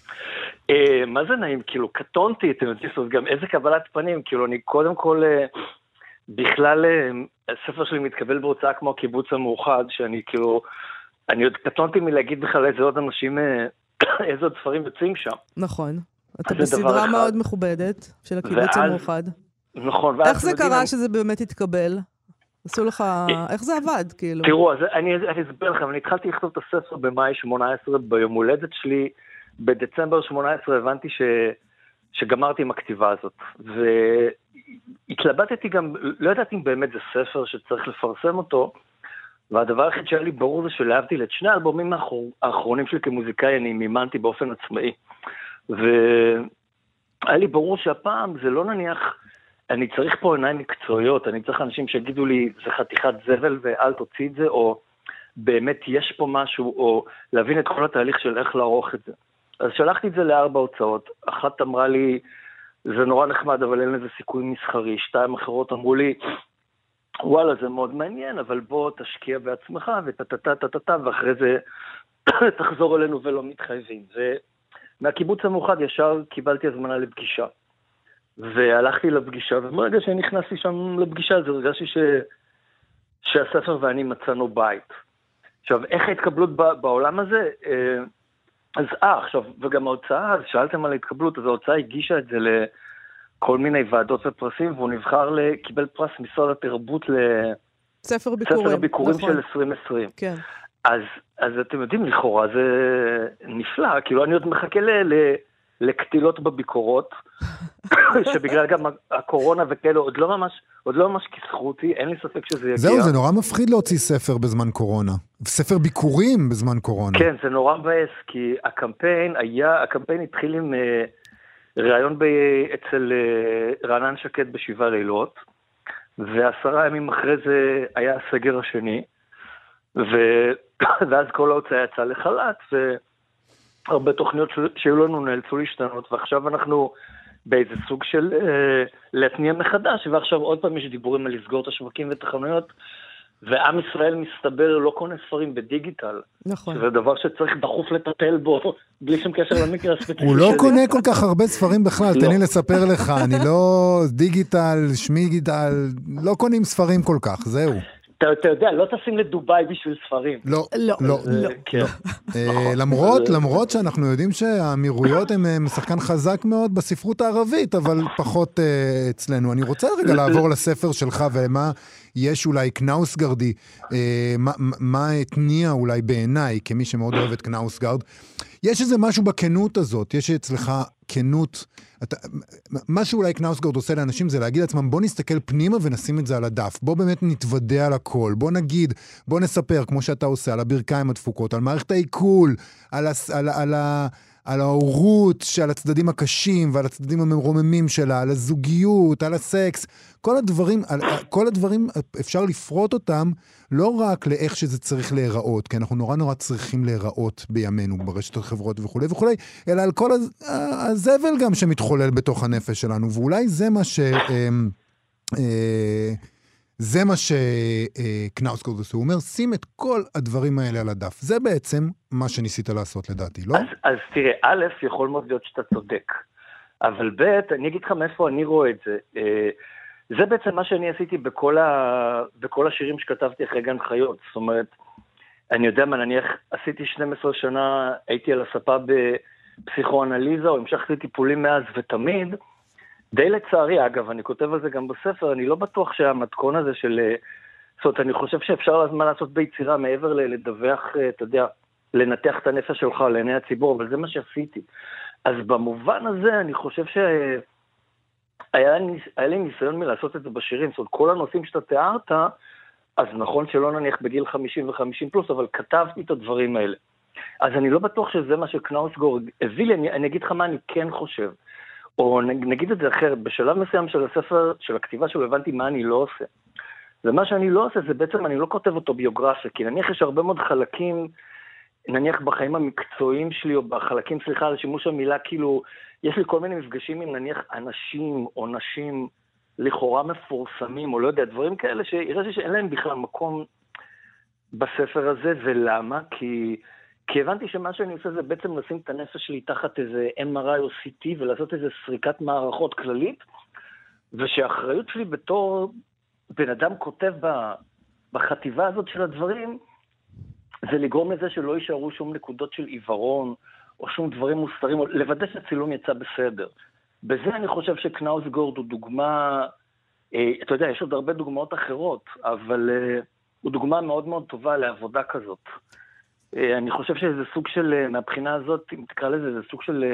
[SPEAKER 6] מה זה נעים? כאילו, קטונתי, אתם יודעים, גם איזה קבלת פנים, כאילו, אני קודם כל... בכלל, הספר שלי מתקבל בהוצאה כמו הקיבוץ המאוחד, שאני כאילו, אני עוד קטונתי מלהגיד בכלל איזה עוד אנשים, איזה עוד ספרים יוצאים שם.
[SPEAKER 3] נכון. אתה בסדרה מאוד מכובדת של הקיבוץ המאוחד.
[SPEAKER 6] נכון.
[SPEAKER 3] איך זה קרה שזה באמת התקבל? עשו לך, איך זה עבד, כאילו?
[SPEAKER 6] תראו, אז אני אסביר לכם, אני התחלתי לכתוב את הספר במאי 18, ביום הולדת שלי, בדצמבר 18 הבנתי שגמרתי עם הכתיבה הזאת, והתלבטתי גם, לא ידעתי אם באמת זה ספר שצריך לפרסם אותו, והדבר היחיד שהיה לי ברור זה שלהבדיל את שני האלבומים האחרונים שלי כמוזיקאי, אני מימנתי באופן עצמאי, והיה לי ברור שהפעם זה לא נניח, אני צריך פה עיניים מקצועיות, אני צריך אנשים שיגידו לי, זה חתיכת זבל ואל תוציא את זה, או באמת יש פה משהו, או להבין את כל התהליך של איך לערוך את זה. אז שלחתי את זה ל4 הוצאות, אחת אמרה לי, זה נורא נחמד, אבל אין לזה סיכוי מסחרי, 2 אחרות אמרו לי, וואלה, זה מאוד מעניין, אבל בוא תשקיע בעצמך, וטטטטטטט, ואחרי זה תחזור אלינו ולא מתחייבים. ומהקיבוץ המאוחד ישר קיבלתי הזמנה לפגישה. והלכתי לפגישה, וברגע שנכנסתי שם לפגישה, אז הרגשתי שהספר ואני מצאנו בית. עכשיו, איך ההתקבלות בעולם הזה? אז עכשיו, וגם ההוצאה, אז שאלתם על ההתקבלות, אז ההוצאה הגישה את זה לכל מיני ועדות ופרסים, והוא נבחר קיבל פרס משרד התרבות
[SPEAKER 3] ספר ביקורים
[SPEAKER 6] של 2020.
[SPEAKER 3] כן.
[SPEAKER 6] אז אתם יודעים, לכאורה זה נפלא, כאילו אני עוד מחכה לקטילות בביקורות, שבגלל גם הקורונה וכאלה, עוד לא ממש כיסחו אותי, אין לי ספק שזה יגיע.
[SPEAKER 4] זהו, זה נורא מפחיד להוציא ספר בזמן קורונה. ספר ביקורים בזמן קורונה.
[SPEAKER 6] כן, זה נורא מבאס, כי הקמפיין התחיל עם ראיון אצל רענן שקד ב7 לילות, ו10 ימים אחרי זה היה הסגר השני, ואז כל ההוצאה יצאה לחל"ת, והרבה תוכניות שהיו לנו נאלצו להשתנות, ועכשיו אנחנו באיזה סוג של להתניע מחדש, ועכשיו עוד פעם יש דיבורים על לסגור את השווקים ואת החנויות, ועם ישראל מסתבר לא קונה ספרים בדיגיטל.
[SPEAKER 3] נכון.
[SPEAKER 6] שזה דבר שצריך דחוף לטפל בו, בלי שום קשר למקרה הספציפי שלי.
[SPEAKER 4] הוא לא קונה כל כך הרבה ספרים בכלל, תן לי לספר לך, אני לא דיגיטל, שמיגיטל, לא קונים ספרים כל כך, זהו.
[SPEAKER 6] אתה יודע, לא תשים לדוביי בשביל ספרים.
[SPEAKER 4] לא.
[SPEAKER 6] כן.
[SPEAKER 4] למרות שאנחנו יודעים שהאמירויות הם שחקן חזק מאוד בספרות הערבית, אבל פחות אצלנו. אני רוצה רגע לעבור לספר שלך, ומה יש אולי קנאוסגרדי, מה התניע אולי בעיניי, כמי שמאוד אוהב את קנאוסגרד. יש איזה משהו בכנות הזאת, יש אצלך כנות, מה שאולי קנאוסגרד עושה לאנשים זה להגיד לעצמם, בוא נסתכל פנימה ונשים את זה על הדף, בוא באמת נתוודע על הכל, בוא נגיד, בוא נספר, כמו שאתה עושה, על הברכיים הדפוקות, על מערכת העיכול, על ההורות, על הצדדים הקשים ועל הצדדים המרוממים שלה, על הזוגיות, על הסקס, כל הדברים אפשר לפרוט אותם לא רק לאיך שזה צריך להיראות, כי אנחנו נורא צריכים להיראות בימינו ברשתות חברות וכו' וכו', אלא על כל הזבל גם שמתחולל בתוך הנפש שלנו, ואולי זה מה שקנאוסגרד עושה, הוא אומר, שים את כל הדברים האלה על הדף. זה בעצם מה שניסית לעשות לדעתי, לא?
[SPEAKER 6] אז תראה, א', יכול מאוד להיות שאתה צודק, אבל ב', אני אגיד לך מאיפה אני רואה את זה. זה בעצם מה שאני עשיתי בכל השירים שכתבתי אחרי גן חיות. זאת אומרת, אני יודע מה, נניח, עשיתי 12 שנה, הייתי על הספה בפסיכואנליזה, או המשכתי טיפולים מאז ותמיד, די לצערי, אגב, אני כותב על זה גם בספר, אני לא בטוח שהמתכון הזה של... זאת אומרת, אני חושב שאפשר מה לעשות ביצירה מעבר לדווח, אתה יודע, לנתח את הנפש שלך לעיני הציבור, אבל זה מה שעשיתי. אז במובן הזה אני חושב היה לי ניסיון מלעשות את זה בשירים, זאת אומרת, כל הנושאים שאתה תיארת, אז נכון שלא נניח בגיל 50 ו-50 פלוס, אבל כתבתי את הדברים האלה. אז אני לא בטוח שזה מה שקנאוסגרד הביא לי, אני אגיד לך מה אני כן חושב. או נגיד את זה אחרת, בשלב מסוים של הספר, של הכתיבה שלו, הבנתי מה אני לא עושה. ומה שאני לא עושה זה בעצם, אני לא כותב אותו ביוגרפיה, כי נניח יש הרבה מאוד חלקים, נניח בחיים המקצועיים שלי, או בחלקים, סליחה, על שימוש המילה, כאילו, יש לי כל מיני מפגשים עם נניח אנשים או נשים לכאורה מפורסמים, או לא יודע, דברים כאלה שיראה שאין להם בכלל מקום בספר הזה, ולמה? כי הבנתי שמה שאני עושה זה בעצם לשים את הנפש שלי תחת איזה MRI או CT, ולעשות איזה סריקת מערכות כללית, ושהאחריות שלי בתור בן אדם כותב בחטיבה הזאת של הדברים, זה לגרום לזה שלא יישארו שום נקודות של עיוורון, או שום דברים מוסתרים, או לוודא שהצילום יצא בסדר. בזה אני חושב שקנאוסגרד הוא דוגמה, אתה יודע, יש עוד הרבה דוגמאות אחרות, אבל הוא דוגמה מאוד מאוד טובה לעבודה כזאת. אני חושב שזה סוג של, מהבחינה הזאת, אם תקרא לזה, זה סוג של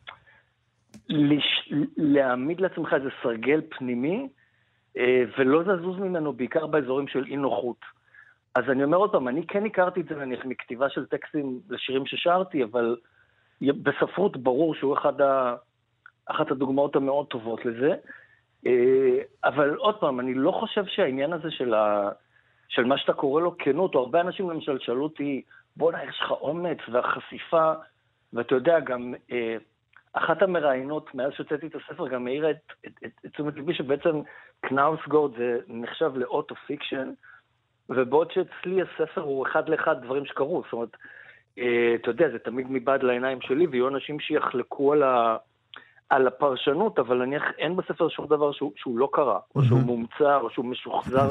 [SPEAKER 6] להעמיד לעצמך איזה סרגל פנימי, ולא זזוז ממנו בעיקר באזורים של אי נוחות. אז אני אומר עוד פעם, אני כן הכרתי את זה נניח מכתיבה של טקסטים לשירים ששרתי, אבל בספרות ברור שהוא אחת הדוגמאות המאוד טובות לזה. אבל עוד פעם, אני לא חושב שהעניין הזה של מה שאתה קורא לו כנות, או הרבה אנשים למשל שאלו אותי, בוא'נה, יש לך אומץ והחשיפה, ואתה יודע, גם אחת המראיינות, מאז שהוצאתי את הספר, גם העירה את תשומת ליבי שבעצם קנאוסגרד זה נחשב לאוטו פיקשן, ובעוד שאצלי הספר הוא אחד לאחד דברים שקרו, זאת אומרת, אתה יודע, זה תמיד מבעד לעיניים שלי, ויהיו אנשים שיחלקו על הפרשנות, אבל נניח אין בספר שום דבר שהוא לא קרה, או שהוא מומצא, או שהוא משוחזר.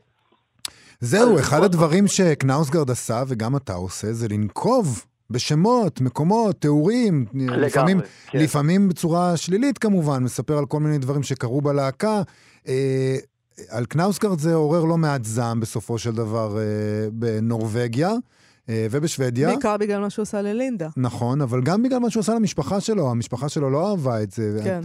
[SPEAKER 4] זהו, אחד הדברים שקנאוסגרד עשה, וגם אתה עושה, זה לנקוב בשמות, מקומות, תיאורים, לפעמים בצורה שלילית כמובן, מספר על כל מיני דברים שקרו בלהקה. על קנאוסגרד זה עורר לא מעט זעם בסופו של דבר בנורווגיה ובשוודיה.
[SPEAKER 3] בעיקר בגלל מה שהוא עשה ללינדה.
[SPEAKER 4] נכון, אבל גם בגלל מה שהוא עשה למשפחה שלו. המשפחה שלו לא אהבה את זה.
[SPEAKER 3] כן.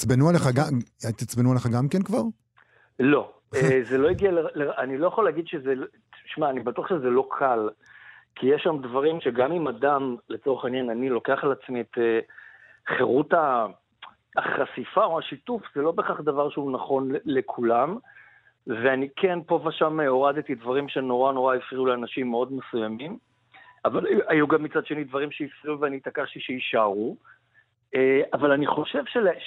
[SPEAKER 4] התעצבנו עליך גם כן כבר?
[SPEAKER 6] לא. זה לא הגיע, אני לא יכול להגיד שזה, שמע, אני בטוח שזה לא קל, כי יש שם דברים שגם אם אדם, לצורך העניין, אני לוקח על עצמי את חירות החשיפה או השיתוף, זה לא בכך דבר שהוא נכון לכולם, ואני כן פה ושם הורדתי דברים שנורא נורא הפריעו לאנשים מאוד מסוימים, אבל היו גם מצד שני דברים שהפריעו ואני התעקשתי שישארו, אבל אני חושב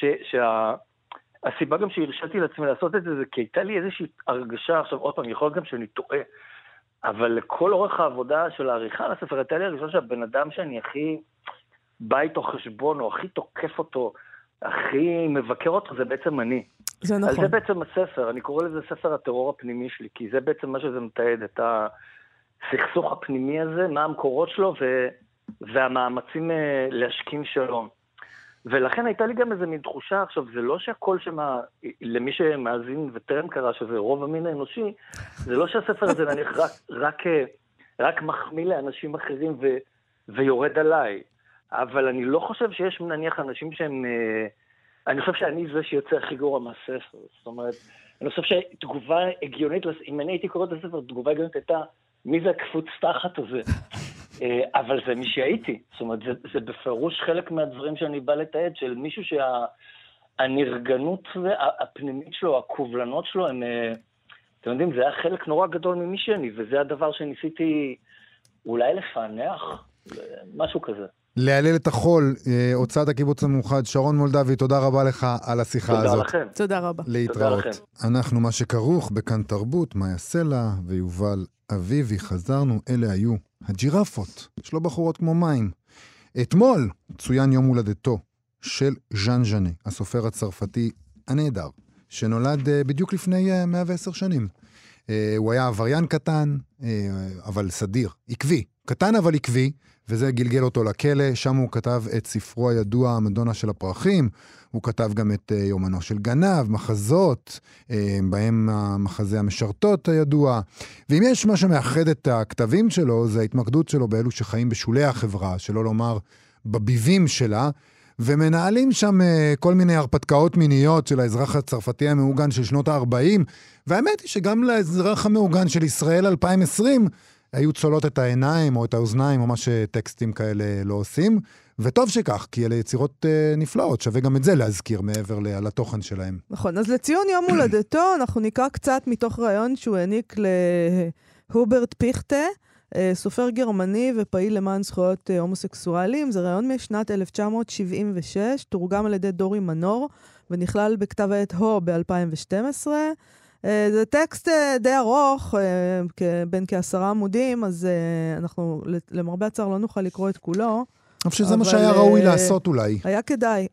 [SPEAKER 6] הסיבה גם שהרשיתי לעצמי לעשות את זה, זה כי הייתה לי איזושהי הרגשה, עכשיו עוד פעם, יכול להיות גם שאני טועה, אבל לכל אורך העבודה של העריכה לספר, הייתה לי הרגשה שהבן אדם שאני הכי בא איתו חשבון, או הכי תוקף אותו, הכי מבקר אותו, זה בעצם אני.
[SPEAKER 3] זה נכון.
[SPEAKER 6] אז זה בעצם הספר, אני קורא לזה ספר הטרור הפנימי שלי, כי זה בעצם מה שזה מתעד, את הסכסוך הפנימי הזה, מה המקורות שלו, והמאמצים להשכין שלום. ולכן הייתה לי גם איזה מין תחושה, עכשיו זה לא שהכל למי שמאזין וטרם קרא, שזה רוב המין האנושי, זה לא שהספר הזה נניח רק מחמיא לאנשים אחרים ויורד עליי, אבל אני לא חושב שיש נניח אנשים שהם, אני חושב שאני זה שיוצא הכי גרוע מהספר, זאת אומרת, אני חושב שתגובה הגיונית, אם אני הייתי קורא את הספר, תגובה הגיונית הייתה, מי זה הקפוץ תחת הזה? אבל זה מי שהייתי, זאת אומרת, זה בפירוש חלק מהדברים שאני בא לתעד, של מישהו שהנרגנות הפנימית שלו, הקובלנות שלו, אתם יודעים, זה היה חלק נורא גדול ממי שאני, וזה הדבר שניסיתי אולי לפענח, משהו כזה.
[SPEAKER 4] להלל את החול, הוצאת הקיבוץ המאוחד, שרון מולדבי, תודה רבה לך על השיחה הזאת.
[SPEAKER 6] תודה לכם.
[SPEAKER 3] תודה רבה.
[SPEAKER 4] להתראות. אנחנו מה שכרוך בכאן תרבות, מאיה סלע ויובל אביבי, חזרנו, אלה היו הג'ירפות, יש לו בחורות כמו מים. אתמול צוין יום הולדתו של ז'אן ז'אנה, הסופר הצרפתי הנהדר, שנולד בדיוק לפני 110 שנים. הוא היה עבריין קטן, אבל סדיר, עקבי, קטן אבל עקבי, וזה גלגל אותו לכלא, שם הוא כתב את ספרו הידוע, המדונה של הפרחים, הוא כתב גם את יומנו של גנב, מחזות, בהם המחזה המשרתות הידוע, ואם יש מה שמאחד את הכתבים שלו, זה ההתמקדות שלו באלו שחיים בשולי החברה, שלא לומר בביבים שלה, ומנהלים שם כל מיני הרפתקאות מיניות של האזרח הצרפתי המעוגן של שנות ה-40, והאמת היא שגם לאזרח המעוגן של ישראל 2020, היו צולות את העיניים או את האוזניים או מה שטקסטים כאלה לא עושים, וטוב שכך, כי אלה יצירות נפלאות, שווה גם את זה להזכיר מעבר לתוכן שלהם.
[SPEAKER 3] נכון, אז לציון יום הולדתו אנחנו נקרא קצת מתוך רעיון שהוא העניק להוברט פיכטה, סופר גרמני ופעיל למען זכויות הומוסקסואלים. זה רעיון משנת 1976, תורגם על ידי דורי מנור, ונכלל בכתב העת הו ב-2012. זה טקסט די ארוך, בין כ10 עמודים, אז אנחנו למרבה הצער לא נוכל לקרוא את כולו.
[SPEAKER 4] אני חושב שזה מה שהיה ראוי לעשות אולי.
[SPEAKER 3] היה כדאי.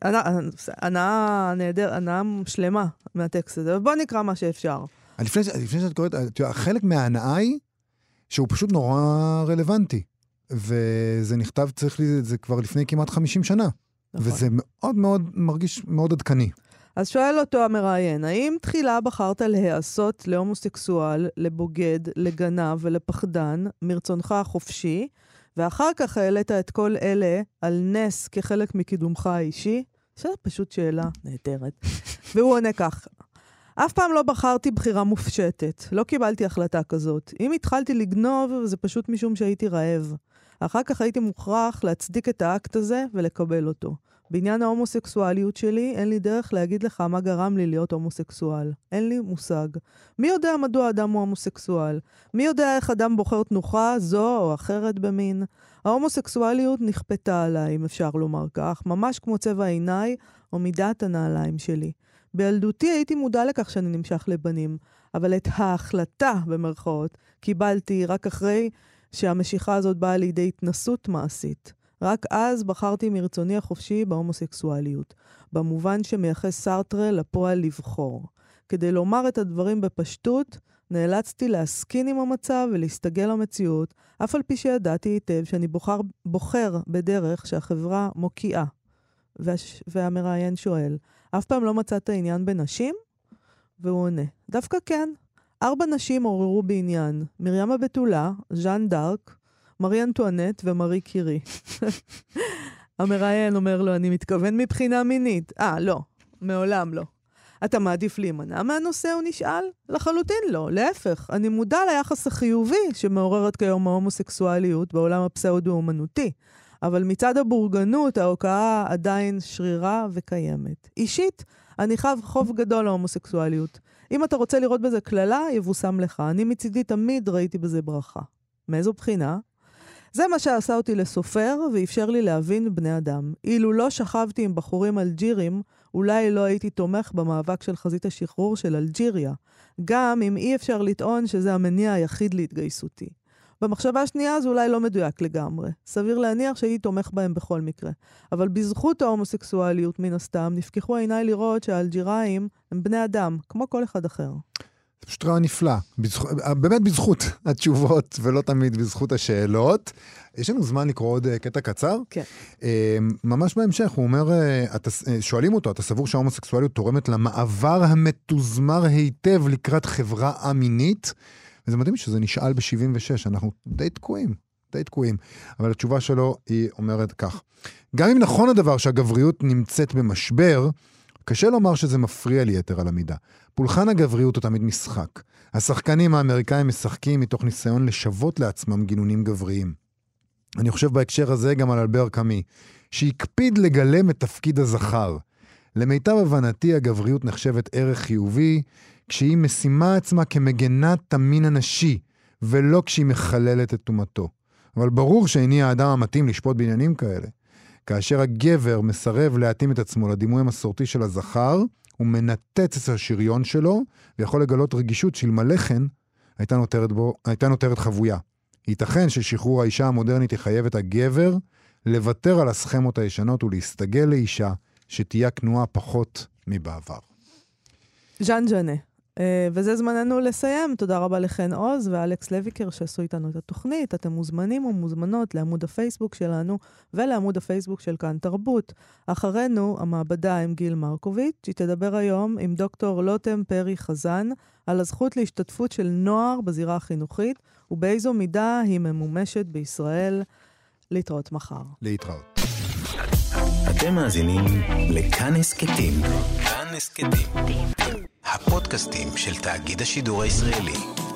[SPEAKER 3] הנאה נהדר, הנאה שלמה מהטקסט הזה. בוא נקרא מה שאפשר.
[SPEAKER 4] לפני שאת קוראת, חלק מההנאה היא שהוא פשוט נורא רלוונטי. וזה נכתב, זה כבר לפני כמעט 50 שנה. וזה מאוד מאוד מרגיש מאוד עדכני.
[SPEAKER 3] אז שואל אותו המראיין, האם תחילה בחרת להיעשות להומוסקסואל, לבוגד, לגנב ולפחדן, מרצונך החופשי, ואחר כך העלית את כל אלה על נס כחלק מקידומך האישי? זו פשוט שאלה נהדרת. והוא עונה כך, אף פעם לא בחרתי בחירה מופשטת, לא קיבלתי החלטה כזאת. אם התחלתי לגנוב, זה פשוט משום שהייתי רעב. אחר כך הייתי מוכרח להצדיק את האקט הזה ולקבל אותו. בעניין ההומוסקסואליות שלי, אין לי דרך להגיד לך מה גרם לי להיות הומוסקסואל. אין לי מושג. מי יודע מדוע אדם הוא הומוסקסואל? מי יודע איך אדם בוחר תנוחה, זו או אחרת במין? ההומוסקסואליות נכפתה עליי, אם אפשר לומר כך, ממש כמו צבע עיניי או מידת הנעליים שלי. בילדותי הייתי מודע לכך שאני נמשך לבנים, אבל את ההחלטה, במרכאות, קיבלתי רק אחרי שהמשיכה הזאת באה לידי התנסות מעשית. רק אז בחרתי מרצוני החופשי בהומוסקסואליות, במובן שמייחס סארטרה לפועל לבחור. כדי לומר את הדברים בפשטות, נאלצתי להסכין עם המצב ולהסתגל למציאות, אף על פי שידעתי היטב שאני בוחר בדרך שהחברה מוקיעה. והמראיין שואל, אף פעם לא מצאת עניין בנשים? והוא עונה, דווקא כן. 4 נשים עוררו בעניין, מרים הבתולה, ז'אן דארק, מרי אנטואנט ומרי קירי. המראיין אומר לו, אני מתכוון מבחינה מינית. לא, מעולם לא. אתה מעדיף להימנע מהנושא, הוא נשאל? לחלוטין לא, להפך. אני מודע ליחס החיובי שמעוררת כיום ההומוסקסואליות בעולם הפסאודו-אומנותי, אבל מצד הבורגנות, ההוקעה עדיין שרירה וקיימת. אישית, אני חוב גדול להומוסקסואליות. אם אתה רוצה לראות בזה כללה, יבוסם לך. אני מצידי תמיד ראיתי בזה ברכה. מאיזו בחינה? זה מה שעשה אותי לסופר, ואפשר לי להבין בני אדם. אילו לא שכבתי עם בחורים אלג'ירים, אולי לא הייתי תומך במאבק של חזית השחרור של אלג'יריה. גם אם אי אפשר לטעון שזה המניע היחיד להתגייסותי. במחשבה השנייה זה אולי לא מדויק לגמרי. סביר להניח שהייתי תומך בהם בכל מקרה. אבל בזכות ההומוסקסואליות מן הסתם, נפקחו עיניי לראות שהאלג'יראים הם בני אדם, כמו כל אחד אחר.
[SPEAKER 4] זה פשוט רעיון נפלא. באמת בזכות התשובות, ולא תמיד בזכות השאלות. יש לנו זמן לקרוא עוד קטע קצר?
[SPEAKER 3] כן.
[SPEAKER 4] ממש בהמשך, הוא אומר, שואלים אותו, אתה סבור שההומוסקסואליות תורמת למעבר המתוזמר היטב לקראת חברה אמינית? וזה מדהים שזה נשאל ב-76, אנחנו די תקועים. אבל התשובה שלו היא אומרת כך, גם אם נכון הדבר שהגבריות נמצאת במשבר, קשה לומר שזה מפריע לי יתר על המידה. פולחן הגבריות הוא תמיד משחק. השחקנים האמריקאים משחקים מתוך ניסיון לשוות לעצמם גינונים גבריים. אני חושב בהקשר הזה גם על אלבר קאמי, שהקפיד לגלם את תפקיד הזכר. למיטב הבנתי הגבריות נחשבת ערך חיובי, כשהיא משימה עצמה כמגנת המין הנשי, ולא כשהיא מחללת את תומתו. אבל ברור שאיני האדם המתאים לשפוט בעניינים כאלה. כאשר הגבר מסרב להתאים את עצמו לדימוי המסורתי של הזכר, הוא מנתץ את השריון שלו, ויכול לגלות רגישות שאלמלא כן הייתה נותרת חבויה. ייתכן ששחרור האישה המודרנית יחייב את הגבר לוותר על הסכמות הישנות ולהסתגל לאישה שתהיה כנועה פחות מבעבר.
[SPEAKER 3] ז'אן ז'נה. וזה זמננו לסיים. תודה רבה לכן עוז ואלכס לויקר שעשו איתנו את התוכנית. אתם מוזמנים ומוזמנות לעמוד הפייסבוק שלנו ולעמוד הפייסבוק של כאן תרבות. אחרינו המעבדה עם גיל מרקוביץ', היא תדבר היום עם דוקטור לוטם פרי חזן על הזכות להשתתפות של נוער בזירה החינוכית ובאיזו מידה היא ממומשת בישראל. להתראות מחר.
[SPEAKER 4] להתראות.
[SPEAKER 1] אתם מאזינים לכאן הסכתים. כאן הסכתים. הפודקאסטים של תאגיד השידור הישראלי.